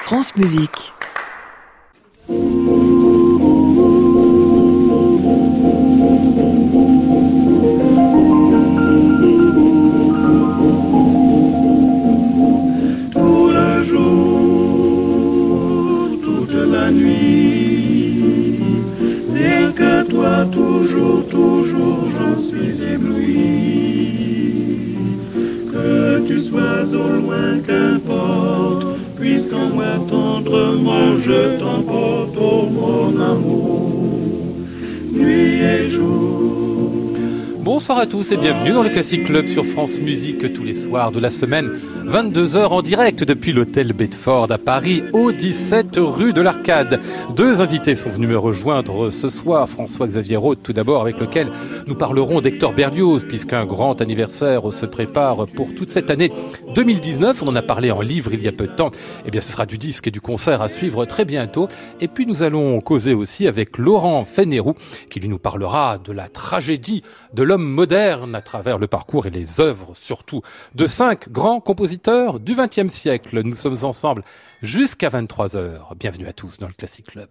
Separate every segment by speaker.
Speaker 1: France Musique.
Speaker 2: Tout le jour, toute la nuit, rien que toi, toujours, j'en suis ébloui. Que tu sois au loin, qu'importe, puisqu'en moi tendrement je t'emporte, oh mon amour, nuit et jour.
Speaker 3: Bonsoir à tous et bienvenue dans le Classic Club sur France Musique tous les soirs de la semaine, 22h en direct depuis l'hôtel Bedford à Paris, au 17 rue de l'Arcade. Deux invités sont venus me rejoindre ce soir, François-Xavier Roth tout d'abord, avec lequel nous parlerons d'Hector Berlioz, puisqu'un grand anniversaire se prépare pour toute cette année 2019. On en a parlé en livre il y a peu de temps. Eh bien, ce sera du disque et du concert à suivre très bientôt. Et puis nous allons causer aussi avec Laurent Fénérou, qui lui nous parlera de la tragédie de l'homme moderne à travers le parcours et les œuvres surtout de 5 grands compositeurs du XXe siècle. Nous sommes ensemble jusqu'à 23h. Bienvenue à tous dans le Classic Club.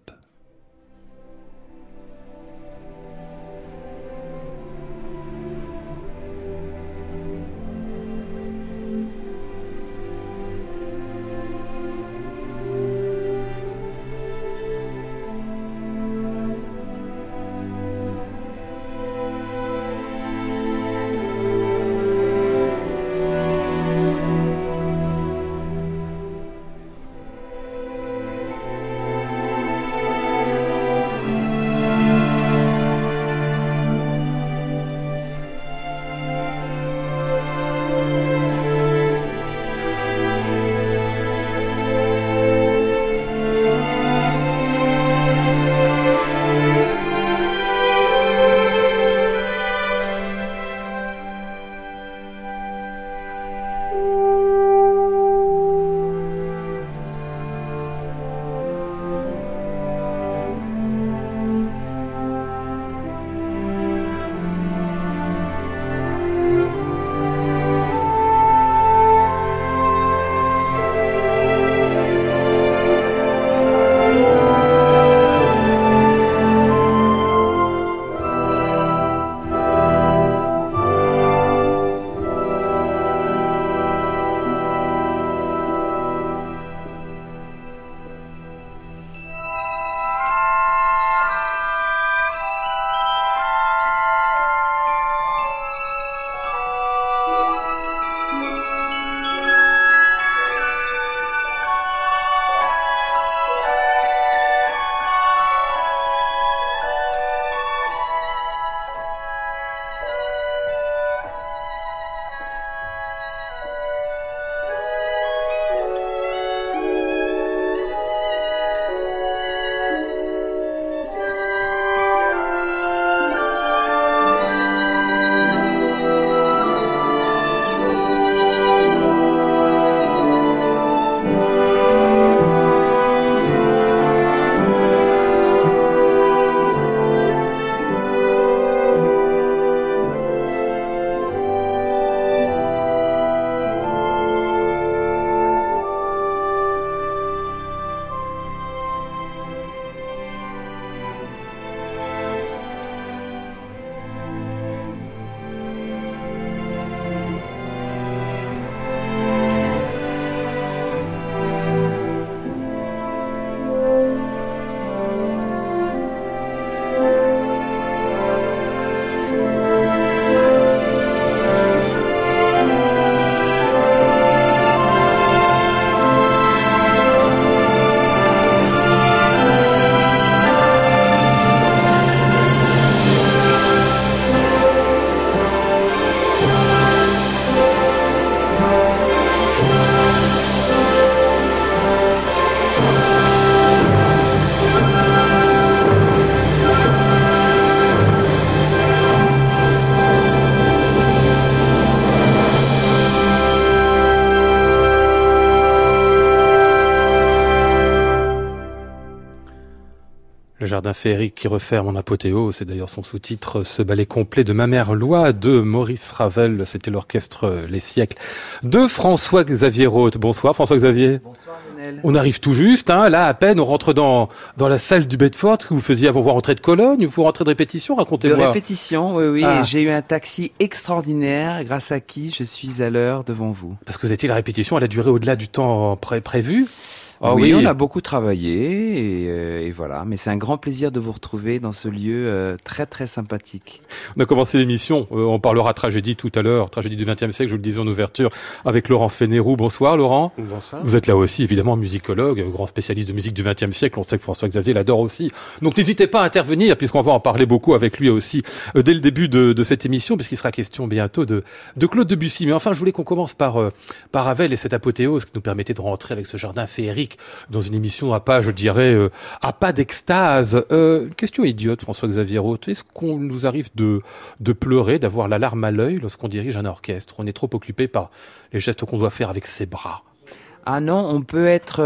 Speaker 3: jardin féerique qui referme en apothéose. C'est d'ailleurs son sous-titre, ce ballet complet de Ma mère Loi de Maurice Ravel. C'était l'orchestre Les Siècles de François-Xavier Roth. Bonsoir François-Xavier.
Speaker 1: Bonsoir Lionel.
Speaker 3: On arrive tout juste, là à peine, on rentre dans la salle du Bedford. Ce que vous faisiez avant, vous rentrez de Cologne, vous rentrez de répétition, racontez-moi.
Speaker 1: De répétition, oui.
Speaker 3: Ah.
Speaker 1: Et j'ai eu un taxi extraordinaire grâce à qui je suis à l'heure devant vous.
Speaker 3: Parce que vous étiez la répétition, elle a duré au-delà du temps prévu.
Speaker 1: Ah oui, on a beaucoup travaillé et voilà. Mais c'est un grand plaisir de vous retrouver dans ce lieu très très sympathique.
Speaker 3: On a commencé l'émission, on parlera tragédie tout à l'heure, tragédie du XXe siècle, je vous le disais en ouverture, avec Laurent Fénérou. Bonsoir Laurent.
Speaker 4: Bonsoir.
Speaker 3: Vous êtes là aussi évidemment musicologue, grand spécialiste de musique du XXe siècle, on sait que François-Xavier l'adore aussi. Donc n'hésitez pas à intervenir puisqu'on va en parler beaucoup avec lui aussi dès le début de cette émission, puisqu'il sera question bientôt de Claude Debussy. Mais enfin je voulais qu'on commence par Ravel et cette apothéose qui nous permettait de rentrer avec ce jardin féerique dans une émission à pas, je dirais, à pas d'extase. Question idiote, François-Xavier Roth. Est-ce qu'on nous arrive de pleurer, d'avoir la larme à l'œil lorsqu'on dirige un orchestre? On est trop occupé par les gestes qu'on doit faire avec ses bras.
Speaker 1: Ah non, on peut être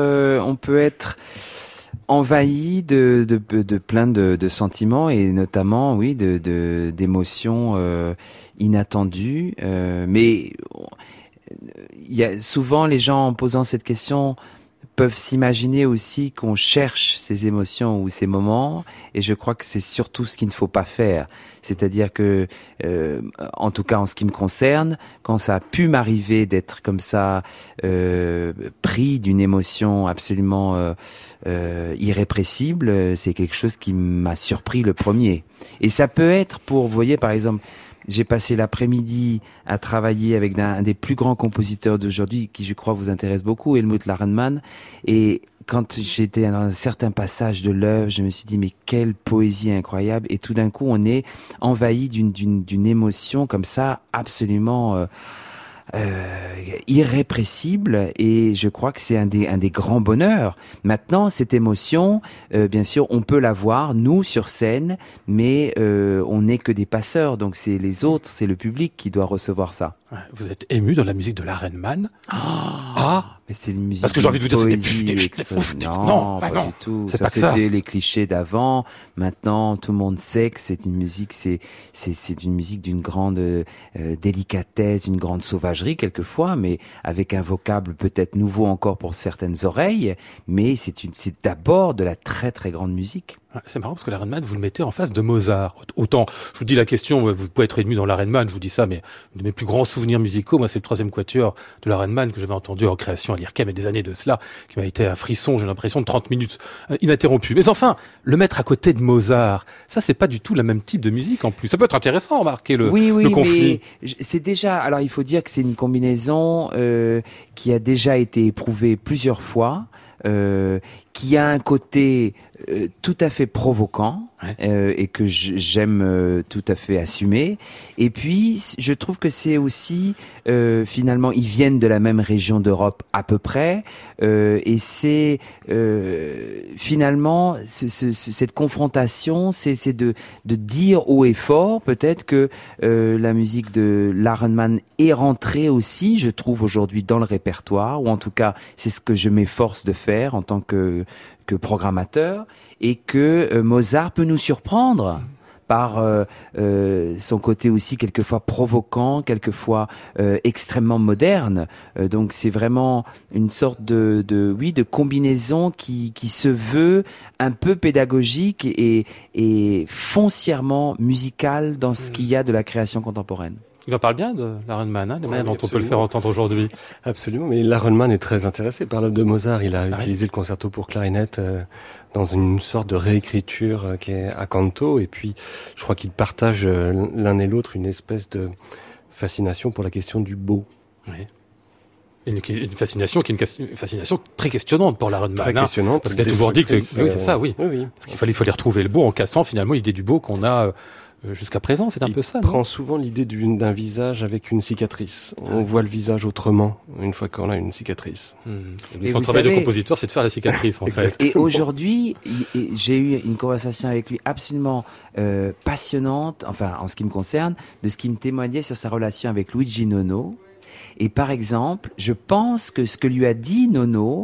Speaker 1: envahi de plein de sentiments et notamment, oui, d'émotions inattendues. Mais il y a souvent les gens en posant cette question peuvent s'imaginer aussi qu'on cherche ces émotions ou ces moments, et je crois que c'est surtout ce qu'il ne faut pas faire. C'est-à-dire que, en tout cas en ce qui me concerne, quand ça a pu m'arriver d'être comme ça pris d'une émotion absolument irrépressible, c'est quelque chose qui m'a surpris le premier. Et ça peut être vous voyez par exemple, j'ai passé l'après-midi à travailler avec un des plus grands compositeurs d'aujourd'hui, qui je crois vous intéresse beaucoup, Helmut Larenmann. Et quand j'étais dans un certain passage de l'œuvre, je me suis dit mais quelle poésie incroyable. Et tout d'un coup, on est envahi d'une émotion comme ça, absolument irrépressible, et je crois que c'est un des grands bonheurs. Maintenant, cette émotion, bien sûr, on peut l'avoir, nous, sur scène, mais on n'est que des passeurs, donc c'est les autres, c'est le public qui doit recevoir ça.
Speaker 3: Vous êtes ému dans la musique de Larenmann.
Speaker 1: Mais c'est une musique.
Speaker 3: Parce que j'ai envie de vous dire,
Speaker 1: non, pas du tout. Ça, c'était les clichés d'avant. Maintenant, tout le monde sait que c'est une musique, c'est une musique d'une grande délicatesse, d'une grande sauvagerie quelquefois, mais avec un vocable peut-être nouveau encore pour certaines oreilles. Mais c'est d'abord de la très très grande musique.
Speaker 3: C'est marrant parce que Larenmann, vous le mettez en face de Mozart. Autant, je vous dis la question, vous pouvez être ému dans Larenmann, je vous dis ça, mais un de mes plus grands souvenirs musicaux, moi, c'est le 3e quatuor de Larenmann que j'avais entendu en création à l'IRCAM il y a des années de cela, qui m'a été un frisson, j'ai l'impression, de 30 minutes ininterrompues. Mais enfin, le mettre à côté de Mozart, ça, c'est pas du tout le même type de musique en plus. Ça peut être intéressant, remarquer le conflit.
Speaker 1: Mais c'est déjà, alors il faut dire que c'est une combinaison qui a déjà été éprouvée plusieurs fois, qui a un côté tout à fait provoquant, et que j'aime tout à fait assumer. Et puis, je trouve que c'est aussi, finalement, ils viennent de la même région d'Europe à peu près, et c'est finalement cette confrontation, c'est de dire haut et fort, peut-être que la musique de Larenmann est rentrée aussi, je trouve aujourd'hui dans le répertoire, ou en tout cas, c'est ce que je m'efforce de faire en tant que programmateur, et que Mozart peut nous surprendre par son côté aussi quelquefois provoquant, quelquefois extrêmement moderne. Donc c'est vraiment une sorte de combinaison qui se veut un peu pédagogique et foncièrement musicale dans ce qu'il y a de la création contemporaine.
Speaker 3: Il en parle bien de Larenmann, la manière dont on peut le faire entendre aujourd'hui.
Speaker 4: Absolument, mais Larenmann est très intéressé par l'œuvre de Mozart. Il a utilisé le concerto pour clarinette dans une sorte de réécriture qui est à canto, et puis je crois qu'ils partagent l'un et l'autre une espèce de fascination pour la question du beau.
Speaker 3: Oui. Une fascination qui est une fascination très questionnante pour Larenmann.
Speaker 4: Très questionnante.
Speaker 3: Parce qu'il a toujours dit que oui, c'est ça, oui. Parce qu'il fallait retrouver le beau en cassant finalement l'idée du beau qu'on a jusqu'à présent, c'est un peu ça.
Speaker 4: Il prend souvent l'idée d'un visage avec une cicatrice. On voit le visage autrement une fois qu'on a une cicatrice.
Speaker 3: Et son travail de compositeur, c'est de faire la cicatrice en fait.
Speaker 1: Et aujourd'hui, j'ai eu une conversation avec lui absolument passionnante, enfin en ce qui me concerne, de ce qu'il me témoignait sur sa relation avec Luigi Nono. Et par exemple, je pense que ce que lui a dit Nono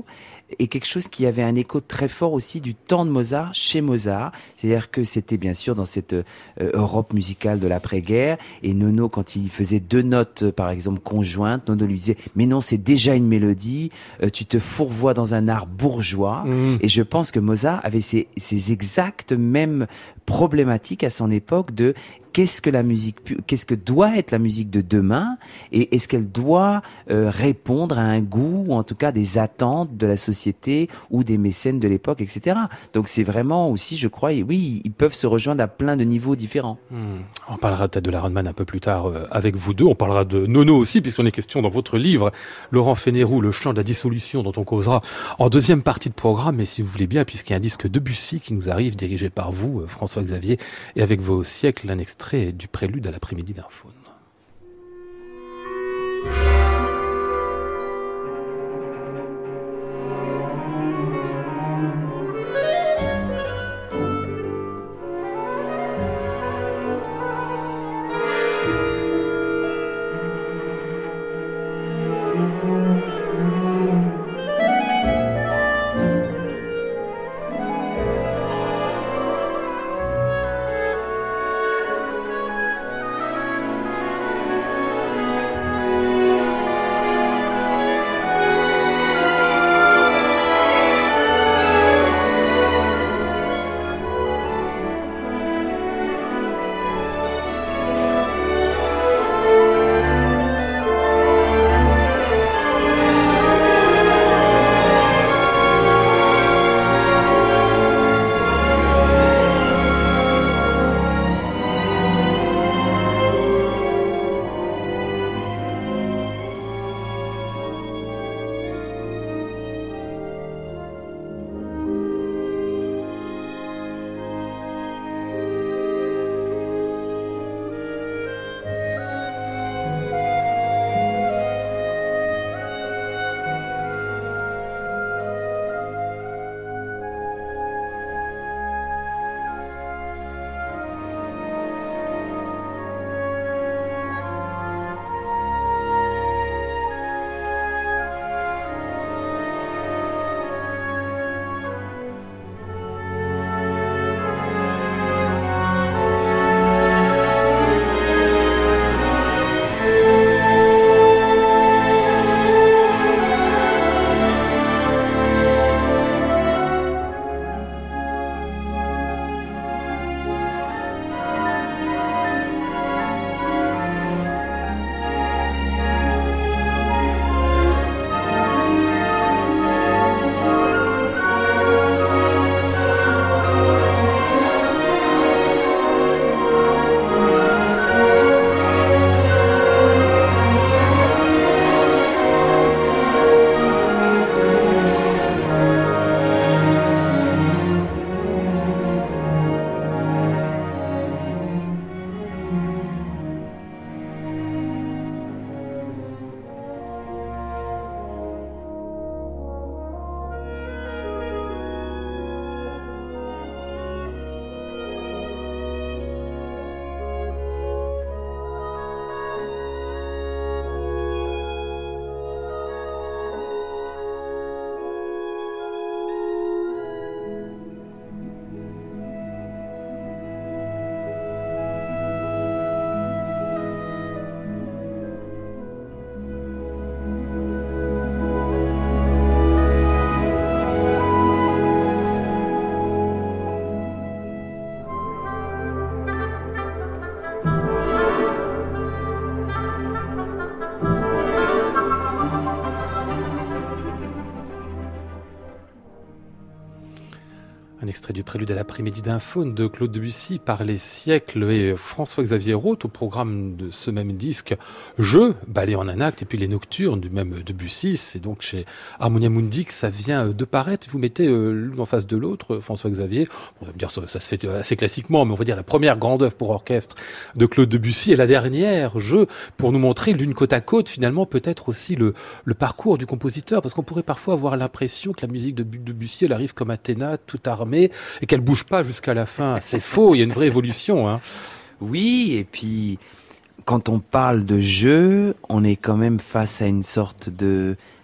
Speaker 1: est quelque chose qui avait un écho très fort aussi du temps de Mozart chez Mozart. C'est-à-dire que c'était bien sûr dans cette Europe musicale de l'après-guerre. Et Nono, quand il faisait 2 notes, par exemple, conjointes, Nono lui disait « Mais non, c'est déjà une mélodie, tu te fourvoies dans un art bourgeois. » Et je pense que Mozart avait ces exactes mêmes problématiques à son époque de qu'est-ce que doit être la musique de demain, et est-ce qu'elle doit répondre à un goût, ou en tout cas des attentes de la société ou des mécènes de l'époque, etc. Donc c'est vraiment aussi, je crois, oui, ils peuvent se rejoindre à plein de niveaux différents.
Speaker 3: On parlera peut-être de l'Ironman un peu plus tard avec vous deux. On parlera de Nono aussi, puisqu'on est question dans votre livre, Laurent Fénérou, Le chant de la dissolution, dont on causera en deuxième partie de programme. Mais si vous voulez bien, puisqu'il y a un disque Debussy qui nous arrive, dirigé par vous, François-Xavier, et avec vos siècles, un extrait du prélude à l'après-midi d'un faune. Un extrait du prélude à l'après-midi d'un faune de Claude Debussy par les siècles et François-Xavier Roth au programme de ce même disque Jeux, ballet en un acte et puis les nocturnes du même Debussy. C'est donc chez Harmonia Mundi que ça vient de paraître. Vous mettez l'une en face de l'autre, François-Xavier. On va me dire ça se fait assez classiquement, mais on va dire la première grande œuvre pour orchestre de Claude Debussy et la dernière Jeux pour nous montrer l'une côte à côte finalement peut-être aussi le parcours du compositeur, parce qu'on pourrait parfois avoir l'impression que la musique de Debussy elle arrive comme Athéna toute armée et qu'elle bouge pas jusqu'à la fin. C'est faux, il y a une vraie évolution, hein.
Speaker 1: Oui, et puis quand on parle de jeu, on est quand même face à une sorte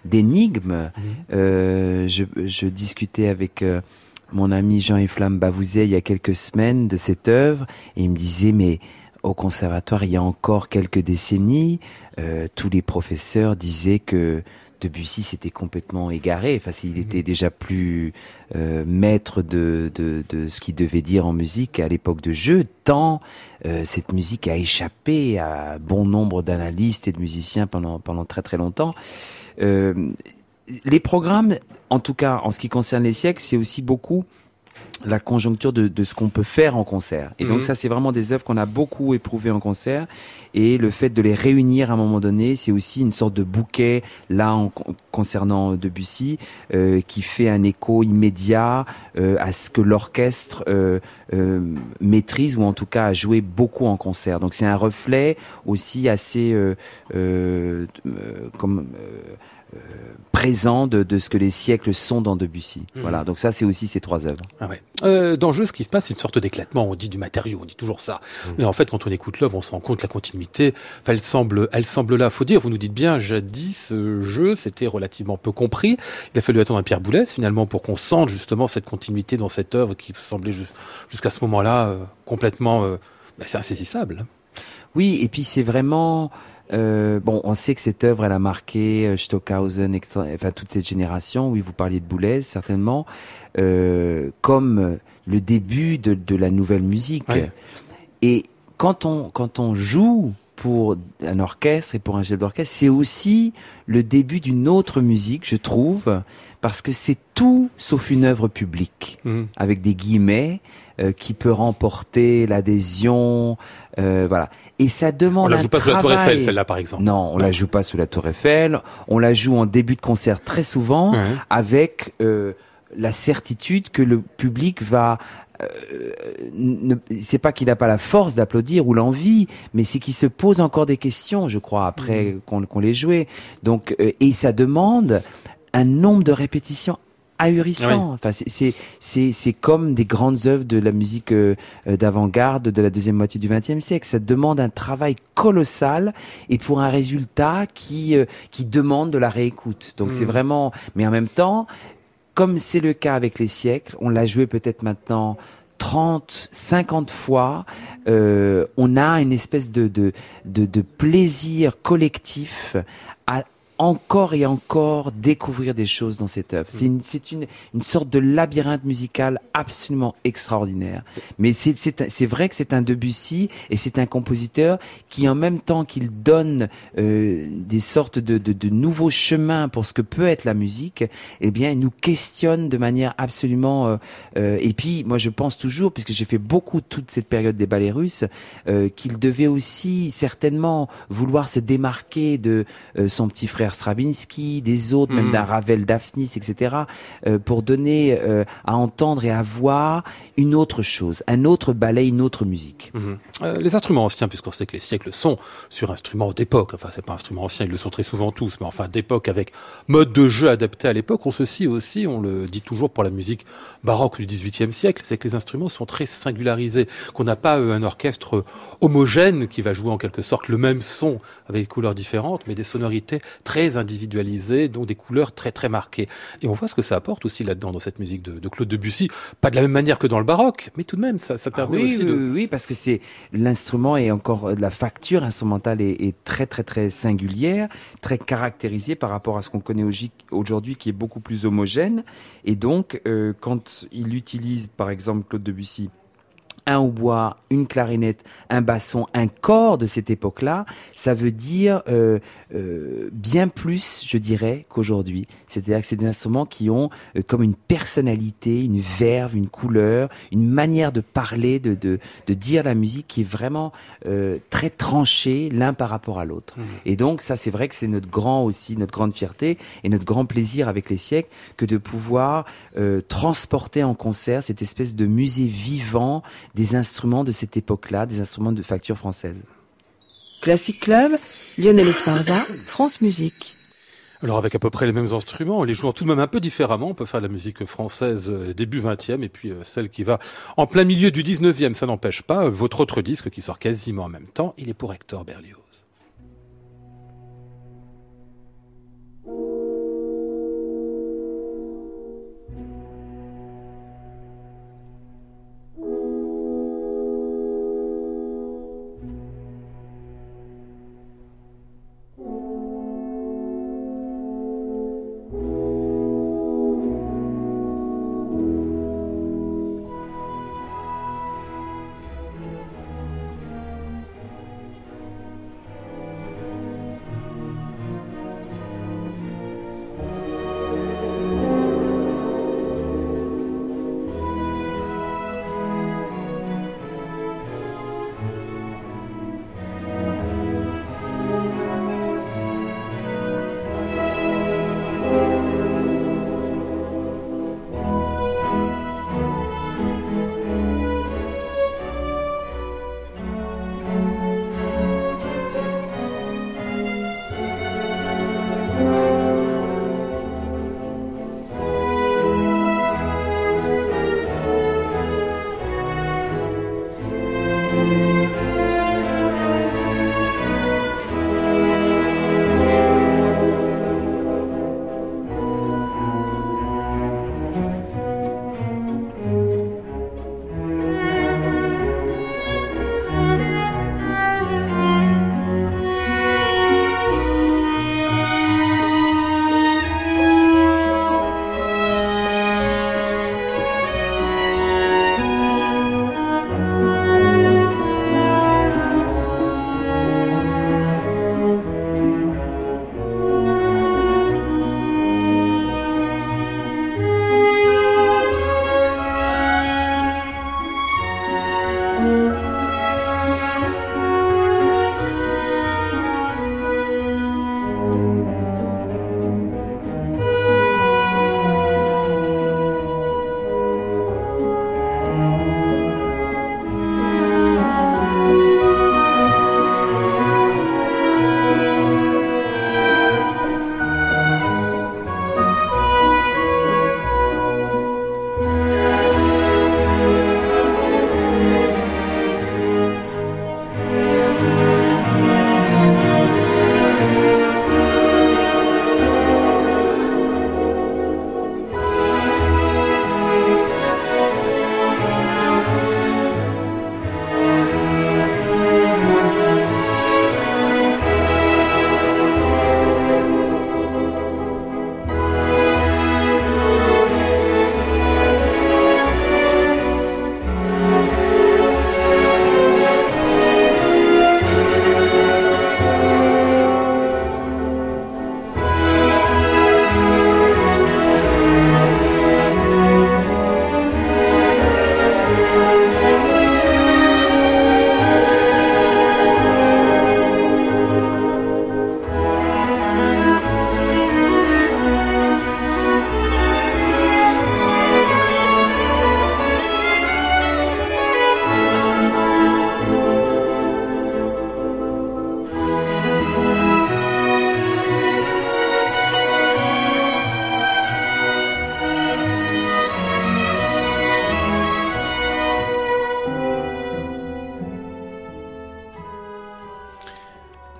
Speaker 1: d'énigmes. Je discutais avec mon ami Jean-Efflam Bavouzet il y a quelques semaines de cette œuvre et il me disait mais au conservatoire il y a encore quelques décennies tous les professeurs disaient que Debussy s'était complètement égaré. Enfin, il était déjà plus maître de ce qu'il devait dire en musique à l'époque de jeu, tant cette musique a échappé à bon nombre d'analystes et de musiciens pendant très très longtemps. Les programmes, en tout cas en ce qui concerne les siècles, c'est aussi beaucoup la conjoncture de ce qu'on peut faire en concert. Et donc ça, c'est vraiment des œuvres qu'on a beaucoup éprouvées en concert. Et le fait de les réunir à un moment donné, c'est aussi une sorte de bouquet, là, concernant Debussy, qui fait un écho immédiat à ce que l'orchestre maîtrise, ou en tout cas a joué beaucoup en concert. Donc c'est un reflet aussi assez présent de ce que les siècles sont dans Debussy. Voilà, donc ça c'est aussi ces 3 œuvres.
Speaker 3: Ah ouais. Dans le jeu, ce qui se passe, c'est une sorte d'éclatement. On dit du matériau, on dit toujours ça. Mais en fait, quand on écoute l'œuvre, on se rend compte que la continuité, elle semble là. Faut dire, vous nous dites bien, jadis, ce jeu, c'était relativement peu compris. Il a fallu attendre un Pierre Boulez, finalement, pour qu'on sente justement cette continuité dans cette œuvre qui semblait jusqu'à ce moment-là complètement, c'est insaisissable.
Speaker 1: Oui, et puis c'est vraiment... on sait que cette œuvre, elle a marqué Stockhausen, enfin toute cette génération. Oui, vous parliez de Boulez, certainement, comme le début de la nouvelle musique. Ouais. Et quand on joue pour un orchestre et pour un chef d'orchestre, c'est aussi le début d'une autre musique, je trouve, parce que c'est tout sauf une œuvre publique, avec des guillemets, qui peut remporter l'adhésion, voilà. Et ça demande un travail. On la joue pas sous la Tour Eiffel,
Speaker 3: celle-là, par exemple.
Speaker 1: Non, on la joue pas sous la Tour Eiffel. On la joue en début de concert très souvent, avec la certitude que le public va. C'est pas qu'il n'a pas la force d'applaudir ou l'envie, mais c'est qu'il se pose encore des questions, je crois, après qu'on l'ait joué. Donc, et ça demande un nombre de répétitions ahurissant. Enfin, c'est comme des grandes œuvres de la musique d'avant-garde de la deuxième moitié du XXe siècle. Ça demande un travail colossal et pour un résultat qui demande de la réécoute. Donc c'est vraiment. Mais en même temps, comme c'est le cas avec les siècles, on l'a joué peut-être maintenant 30, 50 fois, on a une espèce de plaisir collectif à encore et encore découvrir des choses dans cette œuvre. C'est une sorte de labyrinthe musical absolument extraordinaire. Mais c'est vrai que c'est un Debussy et c'est un compositeur qui, en même temps qu'il donne des sortes de nouveaux chemins pour ce que peut être la musique, eh bien, il nous questionne de manière absolument... et puis, moi, je pense toujours, puisque j'ai fait beaucoup toute cette période des ballets russes, qu'il devait aussi certainement vouloir se démarquer de son petit frère Stravinsky, des autres, même d'un Ravel, Daphnis, etc., pour donner à entendre et à voir une autre chose, un autre ballet, une autre musique.
Speaker 3: Les instruments anciens, puisqu'on sait que les siècles sont sur instruments d'époque, enfin c'est pas instruments anciens, ils le sont très souvent tous, mais enfin d'époque avec mode de jeu adapté à l'époque, on se scie aussi, on le dit toujours pour la musique baroque du XVIIIe siècle, c'est que les instruments sont très singularisés, qu'on n'a pas un orchestre homogène qui va jouer en quelque sorte le même son avec des couleurs différentes, mais des sonorités très individualisées, donc des couleurs très très marquées. Et on voit ce que ça apporte aussi là-dedans dans cette musique de Claude Debussy, pas de la même manière que dans le baroque, mais tout de même ça permet aussi de...
Speaker 1: Oui, parce que c'est l'instrument et encore la facture instrumentale est très très très singulière, très caractérisée par rapport à ce qu'on connaît aujourd'hui qui est beaucoup plus homogène. Et donc quand il utilise par exemple Claude Debussy un hautbois, une clarinette, un basson, un corps de cette époque-là, ça veut dire bien plus, je dirais, qu'aujourd'hui. C'est-à-dire que c'est des instruments qui ont comme une personnalité, une verve, une couleur, une manière de parler, de dire la musique qui est vraiment très tranchée l'un par rapport à l'autre. Et donc ça, c'est vrai que c'est notre grande fierté et notre grand plaisir avec les siècles que de pouvoir transporter en concert cette espèce de musée vivant des instruments de cette époque-là, des instruments de facture française.
Speaker 5: Classic Club, Lionel Esparza, France Musique.
Speaker 3: Alors avec à peu près les mêmes instruments, les jouant tout de même un peu différemment, on peut faire la musique française début 20e et puis celle qui va en plein milieu du 19e, ça n'empêche pas. Votre autre disque qui sort quasiment en même temps, il est pour Hector Berlioz.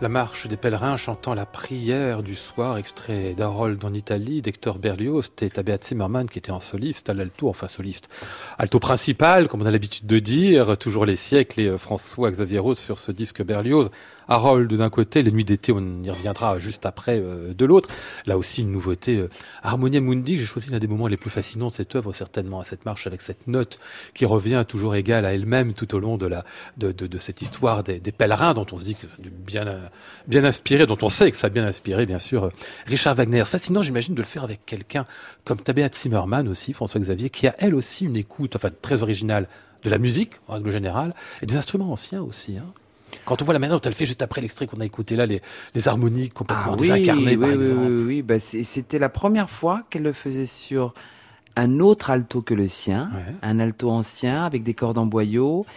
Speaker 3: La marche des pèlerins chantant la prière du soir, extrait d'Harold en Italie, d'Hector Berlioz, c'était Tabea Zimmermann qui était en soliste, à l'alto, enfin soliste, alto principal, comme on a l'habitude de dire, toujours les siècles, et François Xavier Roth sur ce disque Berlioz. Harold d'un côté, Les Nuits d'été, on y reviendra juste après de l'autre. Là aussi une nouveauté, Harmonia Mundi, j'ai choisi l'un des moments les plus fascinants de cette œuvre, certainement, à cette marche avec cette note qui revient toujours égale à elle-même tout au long de cette histoire des pèlerins dont on se dit que bien inspiré, dont on sait que ça a bien inspiré, bien sûr, Richard Wagner. C'est fascinant, j'imagine, de le faire avec quelqu'un comme Tabea Zimmermann aussi, François Xavier, qui a elle aussi une écoute, enfin, très originale de la musique, en règle générale, et des instruments anciens aussi, hein. Quand on voit la manière dont elle fait juste après l'extrait qu'on a écouté là, les harmoniques complètement désincarnées, par exemple.
Speaker 1: Oui. Bah, c'était la première fois qu'elle le faisait sur un autre alto que le sien, un alto ancien avec des cordes en boyau.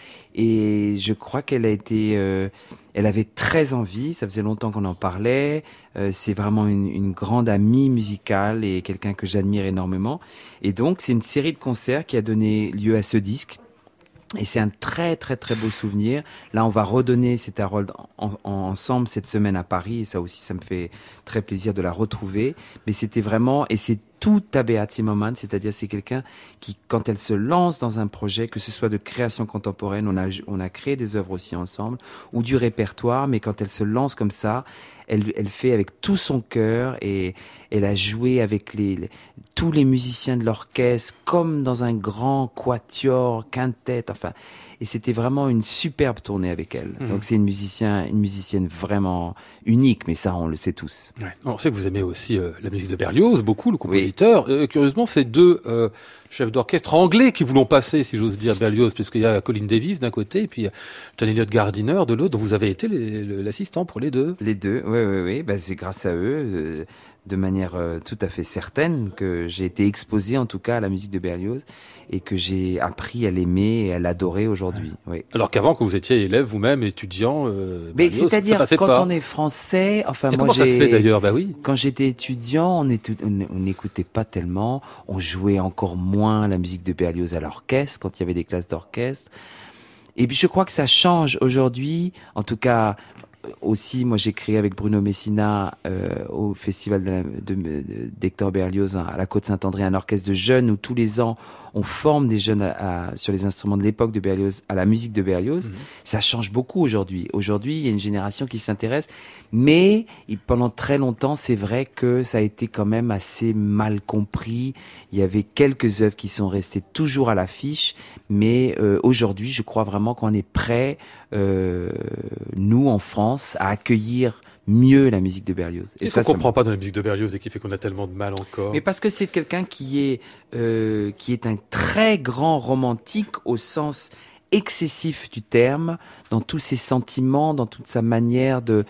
Speaker 1: Et je crois qu'elle a été, elle avait très envie. Ça faisait longtemps qu'on en parlait. C'est vraiment une grande amie musicale et quelqu'un que j'admire énormément. Et donc c'est une série de concerts qui a donné lieu à ce disque. Et c'est un très très très beau souvenir. Là, on va redonner cet Harold ensemble cette semaine à Paris. Et ça aussi, ça me fait très plaisir de la retrouver. Mais c'était vraiment, et c'est tout Tabea Zimmermann, c'est-à-dire c'est quelqu'un qui, quand elle se lance dans un projet, que ce soit de création contemporaine, on a créé des œuvres aussi ensemble, ou du répertoire, mais quand elle se lance comme ça, elle fait avec tout son cœur et elle a joué avec tous les musiciens de l'orchestre comme dans un grand quatuor, quintet, enfin, et c'était vraiment une superbe tournée avec elle. Donc c'est une musicienne vraiment unique, mais ça on le sait tous.
Speaker 3: Ouais. On sait que vous aimez aussi la musique de Berlioz, beaucoup, le compositeur. Oui. Curieusement, c'est deux chefs d'orchestre anglais qui vous l'ont passé, si j'ose dire, Berlioz, puisqu'il y a Colin Davis d'un côté et puis John Eliot Gardiner de l'autre, dont vous avez été l'assistant pour les deux.
Speaker 1: Les deux, oui. Bah, c'est grâce à eux, de manière tout à fait certaine, que j'ai été exposé en tout cas à la musique de Berlioz et que j'ai appris à l'aimer et à l'adorer aujourd'hui. Oui.
Speaker 3: Alors qu'avant, quand vous étiez élève vous-même, étudiant,
Speaker 1: mais
Speaker 3: Berlioz,
Speaker 1: c'est-à-dire
Speaker 3: ça
Speaker 1: quand
Speaker 3: pas.
Speaker 1: On est français, enfin
Speaker 3: et
Speaker 1: moi
Speaker 3: comment ça se fait d'ailleurs? Bah oui.
Speaker 1: Quand j'étais étudiant, on n'écoutait pas tellement, on jouait encore moins la musique de Berlioz à l'orchestre quand il y avait des classes d'orchestre. Et puis je crois que ça change aujourd'hui, en tout cas. Aussi, moi j'ai créé avec Bruno Messina au festival d'Hector Berlioz à la Côte-Saint-André un orchestre de jeunes où tous les ans on forme des jeunes sur les instruments de l'époque de Berlioz, à la musique de Berlioz. Ça change beaucoup aujourd'hui. Aujourd'hui, il y a une génération qui s'intéresse, mais pendant très longtemps, c'est vrai que ça a été quand même assez mal compris. Il y avait quelques œuvres qui sont restées toujours à l'affiche, mais aujourd'hui, je crois vraiment qu'on est prêt, nous en France, à accueillir mieux la musique de Berlioz.
Speaker 3: Et ça, on comprend pas dans la musique de Berlioz et qui fait qu'on a tellement de mal encore.
Speaker 1: Mais parce que c'est quelqu'un qui est un très grand romantique au sens excessif du terme, dans tous ses sentiments, dans toute sa manière de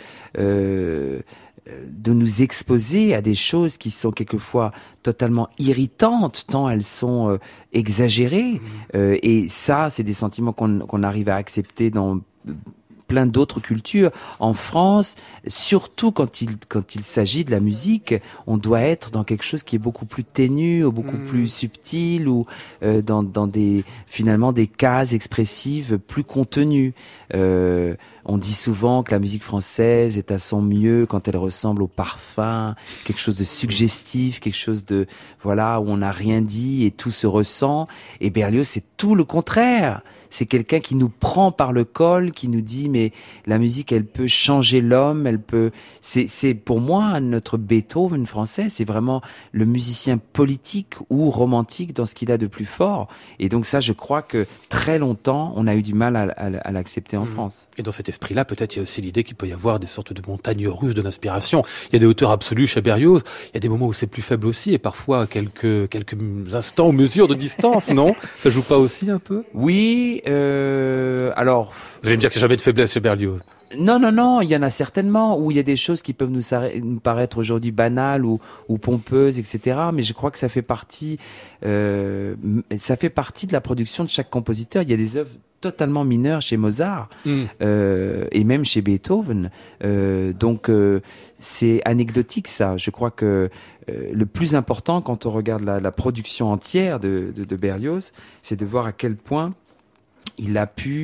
Speaker 1: nous exposer à des choses qui sont quelquefois totalement irritantes, tant elles sont exagérées. Et ça, c'est des sentiments qu'on arrive à accepter dans plein d'autres cultures. En France, surtout quand il s'agit de la musique, on doit être dans quelque chose qui est beaucoup plus ténu, ou beaucoup plus subtil, ou dans finalement des cases expressives plus contenues. On dit souvent que la musique française est à son mieux quand elle ressemble au parfum, quelque chose de suggestif, quelque chose de voilà où on n'a rien dit et tout se ressent. Et Berlioz, c'est tout le contraire. C'est quelqu'un qui nous prend par le col, qui nous dit mais la musique, elle peut changer l'homme, elle peut. C'est pour moi notre Beethoven français, c'est vraiment le musicien politique ou romantique dans ce qu'il a de plus fort. Et donc ça, je crois que très longtemps, on a eu du mal à l'accepter en France.
Speaker 3: Et dans cet esprit-là, peut-être il y a aussi l'idée qu'il peut y avoir des sortes de montagnes russes de l'inspiration. Il y a des hauteurs absolues chez Berlioz, il y a des moments où c'est plus faible aussi, et parfois quelques instants ou mesures de distance, non? Ça joue pas aussi un peu?
Speaker 1: Oui. Alors,
Speaker 3: vous allez me dire qu'il n'y a jamais de faiblesse chez Berlioz.
Speaker 1: Non, il y en a certainement où il y a des choses qui peuvent nous paraître aujourd'hui banales ou pompeuses, etc. Mais je crois que ça fait partie de la production de chaque compositeur. Il y a des œuvres totalement mineures chez Mozart et même chez Beethoven. Donc c'est anecdotique ça. Je crois que le plus important quand on regarde la production entière de Berlioz, c'est de voir à quel point il a pu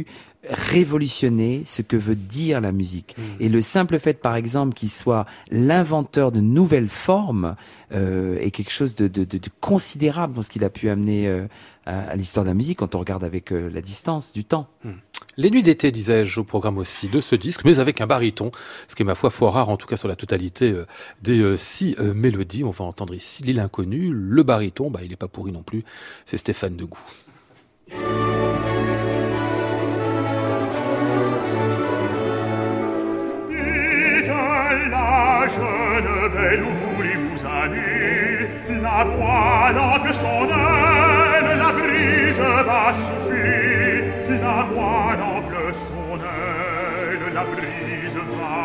Speaker 1: révolutionner ce que veut dire la musique. Et le simple fait, par exemple, qu'il soit l'inventeur de nouvelles formes est quelque chose de considérable dans ce qu'il a pu amener à l'histoire de la musique quand on regarde avec la distance du temps.
Speaker 3: Les nuits d'été, disais-je, au programme aussi de ce disque, mais avec un baryton, ce qui est ma foi fort rare, en tout cas sur la totalité des 6 mélodies. On va entendre ici L'île inconnue. Le baryton, il est pas pourri non plus, c'est Stéphane Degout.
Speaker 2: La jeune belle, où voulez-vous aller? La voile enfle son aile, la brise va souffler. La voile enfle son aile, la brise va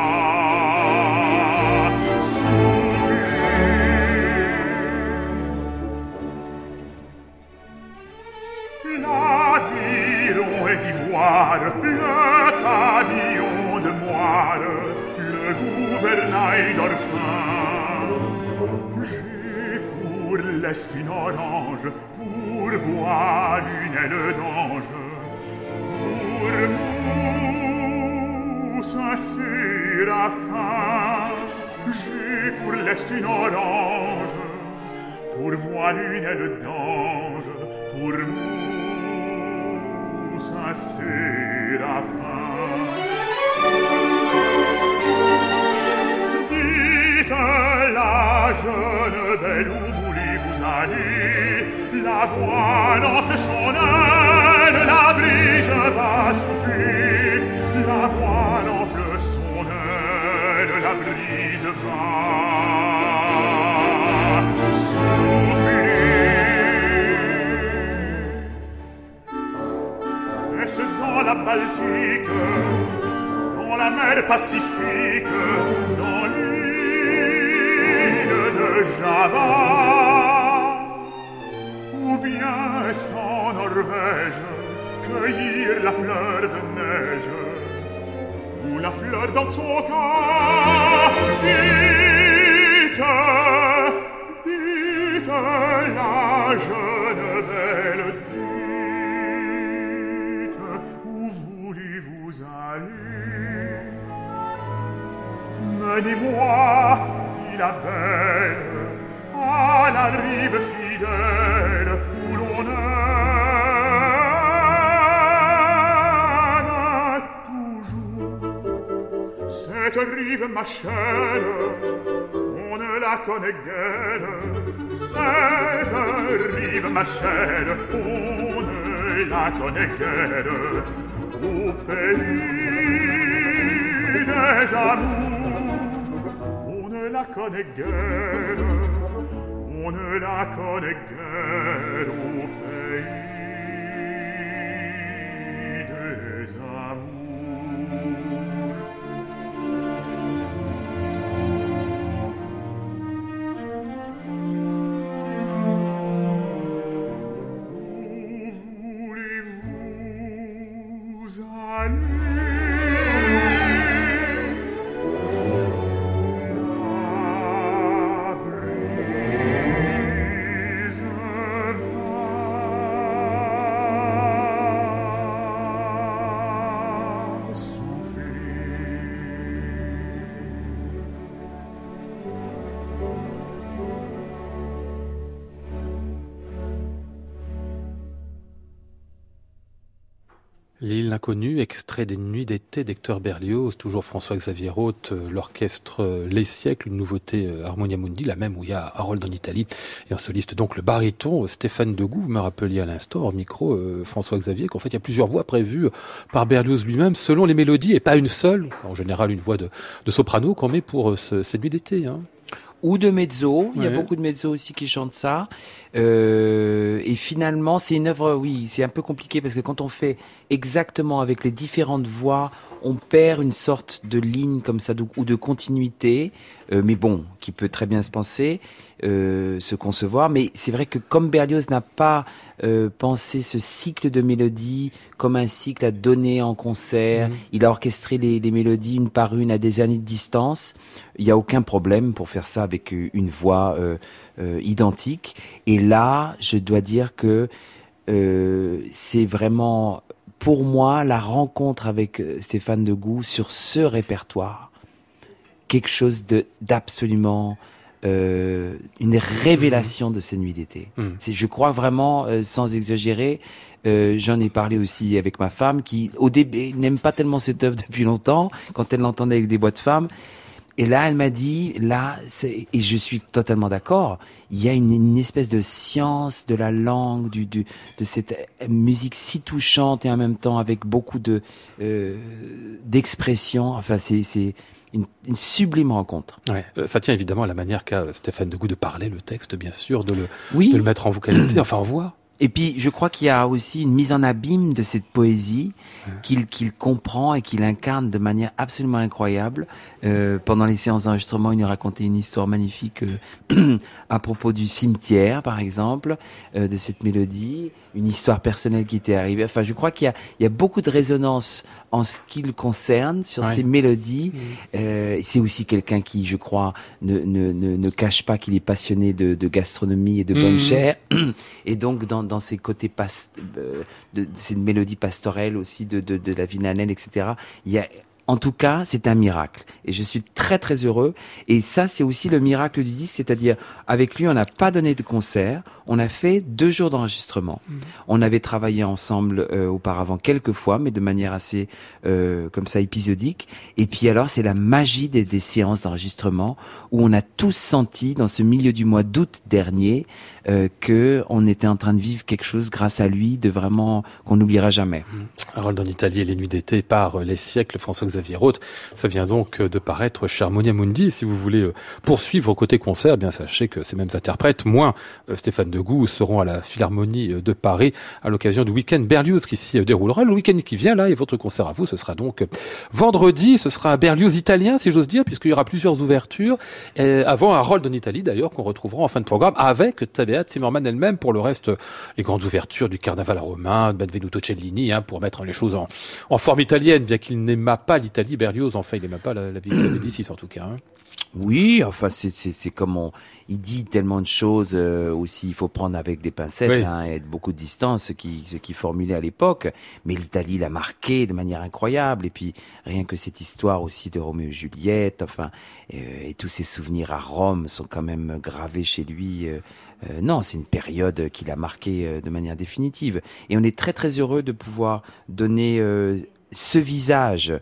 Speaker 2: souffler. L'aviron est d'ivoire, le pavillon de moire, le gouvernail d'orphin. J'ai pour l'est une orange, pour voile une aile d'ange, pour mousse un séraphin. J'ai pour l'est une orange, pour voile une aile d'ange, pour mousse un séraphin. La jeune belle, où voulez-vous aller? La voile enfle son aile, la brise va souffler. La voile enfle son aile, la brise va souffler. Est-ce dans la Baltique, dans la mer Pacifique, dans Java, ou bien sans Norvège, cueillir la fleur de neige, ou la fleur dans son corps. Dites, la jeune belle, dites, où voulez-vous aller? Menez-moi, la belle, à la rive fidèle où l'on aime toujours. Cette rive, ma chère, on ne la connaît guère. Cette rive, ma chère, on ne la connaît guère. Au pays des amours, on ne la connaît guère, on ne la connaît guère au pays des amours. Où voulez-vous aller?
Speaker 3: L'île inconnue, extrait des Nuits d'été d'Hector Berlioz, toujours François-Xavier Roth, l'orchestre Les Siècles, une nouveauté Harmonia Mundi, la même où il y a Harold en Italie, et en soliste donc le baryton Stéphane Degout. Vous me rappeliez à l'instant, hors micro, François-Xavier, qu'en fait il y a plusieurs voix prévues par Berlioz lui-même, selon les mélodies, et pas une seule, en général une voix de soprano qu'on met pour ces Nuits d'été.
Speaker 1: Ou de mezzo, il y a
Speaker 3: Ouais.
Speaker 1: beaucoup de mezzo aussi qui chantent ça. Et finalement, c'est une œuvre, oui, c'est un peu compliqué parce que quand on fait exactement avec les différentes voix, on perd une sorte de ligne comme ça ou de continuité, mais bon, qui peut très bien se penser, se concevoir. Mais c'est vrai que comme Berlioz n'a pas pensé ce cycle de mélodies comme un cycle à donner en concert, il a orchestré les mélodies une par une à des années de distance. Il n'y a aucun problème pour faire ça avec une voix identique. Et là, je dois dire que c'est vraiment pour moi, la rencontre avec Stéphane Degout sur ce répertoire, quelque chose d'absolument une révélation de ces nuits d'été. Je crois vraiment, sans exagérer, j'en ai parlé aussi avec ma femme qui, au début, n'aime pas tellement cette œuvre depuis longtemps, quand elle l'entendait avec des voix de femmes. Et là, elle m'a dit, et je suis totalement d'accord, il y a une espèce de science de la langue, de cette musique si touchante et en même temps avec beaucoup d'expression. Enfin, c'est une sublime rencontre.
Speaker 3: Ouais, ça tient évidemment à la manière qu'a Stéphane Degout de parler le texte, bien sûr, de le mettre en vocalité, enfin en voix.
Speaker 1: Et puis, je crois qu'il y a aussi une mise en abîme de cette poésie qu'il comprend et qu'il incarne de manière absolument incroyable. Pendant les séances d'enregistrement, il nous racontait une histoire magnifique à propos du cimetière, par exemple, de cette mélodie, une histoire personnelle qui était arrivée. Enfin, je crois qu'il y a beaucoup de résonance en ce qui le concerne sur ces mélodies. C'est aussi quelqu'un qui, je crois, ne cache pas qu'il est passionné de gastronomie et de bonne chère. Et donc, dans ces côtés de ces mélodies pastorelles aussi de la Vinanelle, etc. En tout cas, c'est un miracle. Et je suis très, très heureux. Et ça, c'est aussi le miracle du disque. C'est-à-dire, avec lui, on n'a pas donné de concert. On a fait 2 jours d'enregistrement. On avait travaillé ensemble auparavant quelques fois, mais de manière assez comme ça épisodique. Et puis alors, c'est la magie des séances d'enregistrement où on a tous senti, dans ce milieu du mois d'août dernier, que on était en train de vivre quelque chose grâce à lui, de vraiment qu'on n'oubliera jamais.
Speaker 3: Harold en Italie et les nuits d'été par les siècles, François-Xavier Roth. Ça vient donc de paraître chez Harmonia Mundi. Si vous voulez poursuivre côté concert, bien sachez que ces mêmes interprètes, moins Stéphane Degout, seront à la Philharmonie de Paris à l'occasion du week-end Berlioz qui s'y déroulera. Le week-end qui vient, là, et votre concert à vous, ce sera donc vendredi. Ce sera un Berlioz italien, si j'ose dire, puisqu'il y aura plusieurs ouvertures. Avant Harold en Italie, d'ailleurs, qu'on retrouvera en fin de programme avec Tabea Zimmermann elle-même pour le reste, les grandes ouvertures du Carnaval romain, de Benvenuto Cellini, pour mettre les choses en forme italienne, bien qu'il n'aima pas l'Italie, Berlioz, enfin, il n'aima pas la ville de Médicis, en tout cas.
Speaker 1: Oui, enfin, c'est comme il dit tellement de choses aussi, il faut prendre avec des pincettes, et beaucoup de distance, ce qui formulait à l'époque. Mais l'Italie l'a marqué de manière incroyable. Et puis, rien que cette histoire aussi de Roméo et Juliette, enfin, et tous ses souvenirs à Rome sont quand même gravés chez lui. Non, c'est une période qu'il a marquée de manière définitive. Et on est très très heureux de pouvoir donner ce visage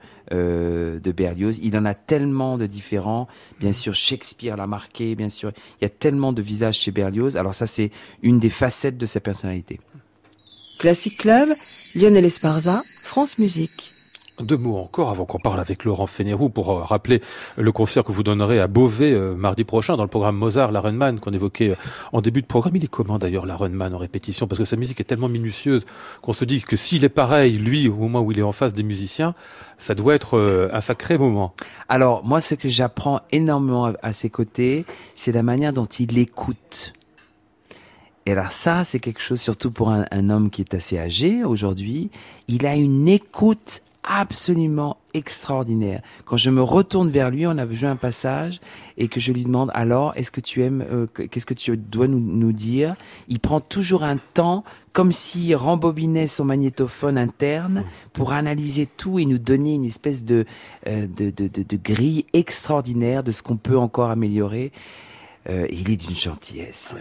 Speaker 1: de Berlioz. Il en a tellement de différents. Bien sûr, Shakespeare l'a marqué, bien sûr. Il y a tellement de visages chez Berlioz. Alors ça, c'est une des facettes de sa personnalité.
Speaker 5: Classic Club, Lionel Esparza, France Musique.
Speaker 3: 2 mots encore avant qu'on parle avec Laurent Fénérou pour rappeler le concert que vous donnerez à Beauvais mardi prochain dans le programme Mozart, l'Arenman qu'on évoquait en début de programme. Il est comment d'ailleurs l'Arenman en répétition? Parce que sa musique est tellement minutieuse qu'on se dit que s'il est pareil, lui, au moment où il est en face des musiciens, ça doit être un sacré moment.
Speaker 1: Alors moi, ce que j'apprends énormément à ses côtés, c'est la manière dont il écoute. Et alors ça, c'est quelque chose, surtout pour un homme qui est assez âgé aujourd'hui, il a une écoute absolument extraordinaire. Quand je me retourne vers lui, on avait joué un passage et que je lui demande alors, est-ce que tu aimes, qu'est-ce que tu dois nous dire? Il prend toujours un temps comme s'il rembobinait son magnétophone interne pour analyser tout et nous donner une espèce de grille extraordinaire de ce qu'on peut encore améliorer. Il est d'une gentillesse.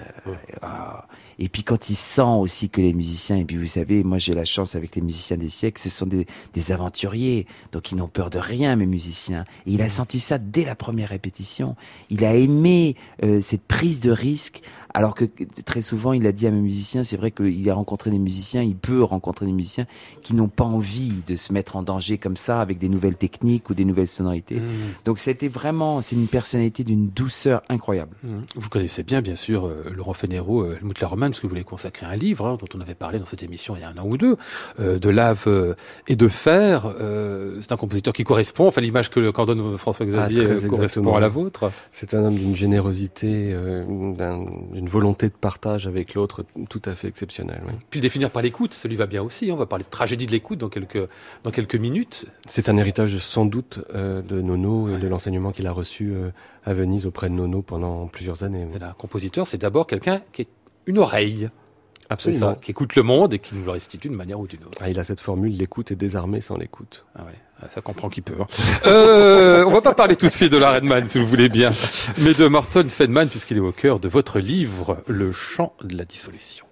Speaker 1: Et puis quand il sent aussi que les musiciens, et puis vous savez, moi j'ai la chance avec les musiciens des siècles, ce sont des aventuriers, donc ils n'ont peur de rien, mes musiciens. Et il a senti ça dès la première répétition. Il a aimé cette prise de risque, alors que très souvent il a dit à mes musiciens, c'est vrai qu'il a rencontré des musiciens, il peut rencontrer des musiciens qui n'ont pas envie de se mettre en danger comme ça avec des nouvelles techniques ou des nouvelles sonorités. Donc c'était vraiment, c'est une personnalité d'une douceur incroyable.
Speaker 3: Vous connaissez bien sûr, Laurent Fénérou, Helmut Larremann, parce que vous voulez consacrer un livre dont on avait parlé dans cette émission il y a 1 an ou 2, de Lave et de Fer. C'est un compositeur qui correspond, enfin l'image qu'en donne François-Xavier correspond à la vôtre.
Speaker 4: C'est un homme d'une générosité, d'une volonté de partage avec l'autre tout à fait exceptionnelle. Oui.
Speaker 3: Puis le définir par l'écoute, ça lui va bien aussi. On va parler de tragédie de l'écoute dans quelques minutes.
Speaker 4: C'est un héritage sans doute de Nono et de l'enseignement qu'il a reçu à Venise auprès de Nono pendant plusieurs années.
Speaker 3: Oui. Un compositeur, c'est d'abord quelqu'un qui est une oreille.
Speaker 4: Absolument.
Speaker 3: C'est ça, qui écoute le monde et qui nous le restitue d'une manière ou d'une autre.
Speaker 4: Il a cette formule, l'écoute est désarmée sans l'écoute.
Speaker 3: Ah ouais, ça comprend qui peut. On va pas parler tout de suite de l'Arenman, si vous voulez bien, mais de Morton Feldman, puisqu'il est au cœur de votre livre, Le chant de la dissolution.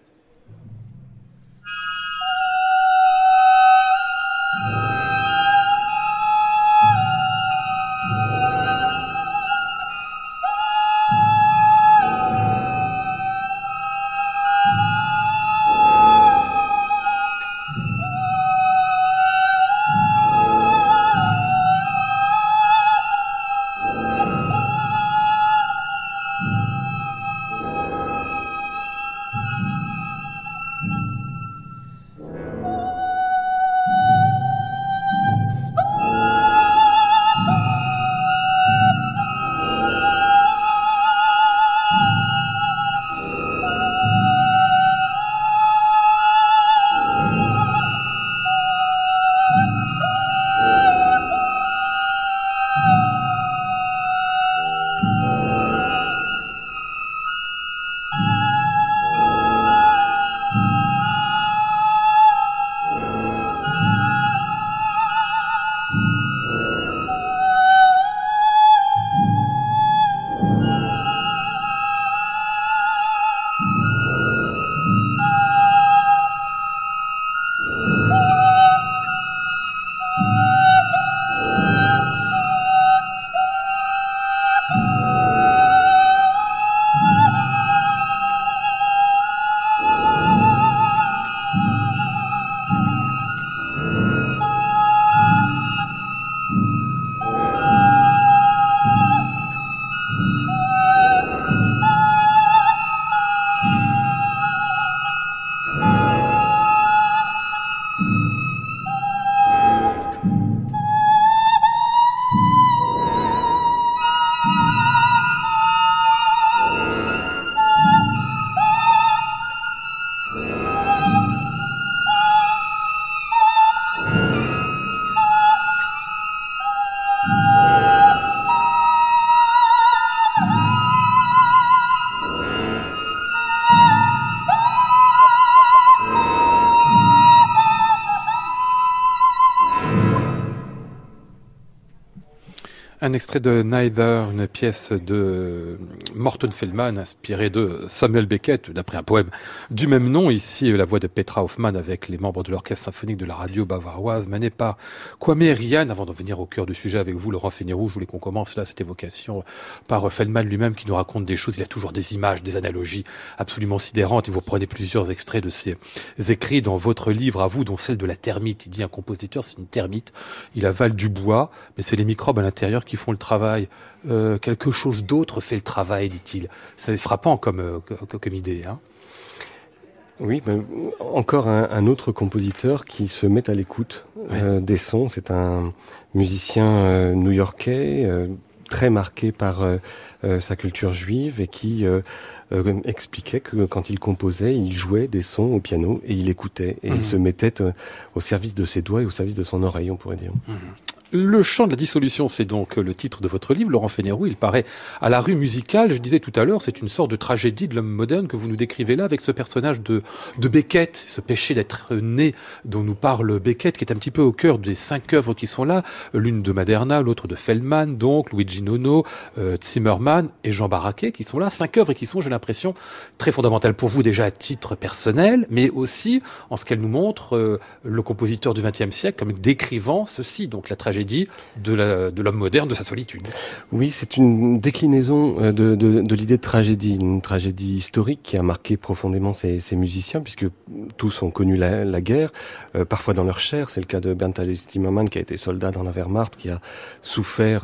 Speaker 3: Un extrait de Neither, une pièce de Morton Feldman inspirée de Samuel Beckett, d'après un poème du même nom. Ici, la voix de Petra Hoffmann avec les membres de l'orchestre symphonique de la radio bavaroise, menée par Kwame Rian. Avant d'en venir au cœur du sujet avec vous, Laurent Fénérou, je voulais qu'on commence là cette évocation par Feldman lui-même qui nous raconte des choses. Il a toujours des images, des analogies absolument sidérantes. Et vous prenez plusieurs extraits de ses écrits dans votre livre à vous, dont celle de la termite. Il dit un compositeur, c'est une termite. Il avale du bois, mais c'est les microbes à l'intérieur qui font le travail. Quelque chose d'autre fait le travail, dit-il. C'est frappant comme idée, hein.
Speaker 4: Oui, mais encore un autre compositeur qui se met à l'écoute des sons. C'est un musicien new-yorkais, très marqué par sa culture juive et qui expliquait que quand il composait, il jouait des sons au piano et il écoutait et il se mettait au service de ses doigts et au service de son oreille, on pourrait dire.
Speaker 3: Le chant de la dissolution, c'est donc le titre de votre livre, Laurent Fénérou. Il paraît à la rue musicale. Je disais tout à l'heure, c'est une sorte de tragédie de l'homme moderne que vous nous décrivez là avec ce personnage de Beckett, ce péché d'être né dont nous parle Beckett, qui est un petit peu au cœur des 5 œuvres qui sont là. L'une de Maderna, l'autre de Feldman, donc Luigi Nono, Zimmermann et Jean Barraquet qui sont là. 5 œuvres et qui sont, j'ai l'impression, très fondamentales pour vous déjà à titre personnel, mais aussi en ce qu'elles nous montrent le compositeur du XXe siècle comme décrivant ceci, donc la tragédie de l'homme moderne, de sa solitude.
Speaker 4: Oui, c'est une déclinaison de l'idée de tragédie, une tragédie historique qui a marqué profondément ces musiciens, puisque tous ont connu la guerre, parfois dans leur chair. C'est le cas de Bernd Alois Zimmermann, qui a été soldat dans la Wehrmacht, qui a souffert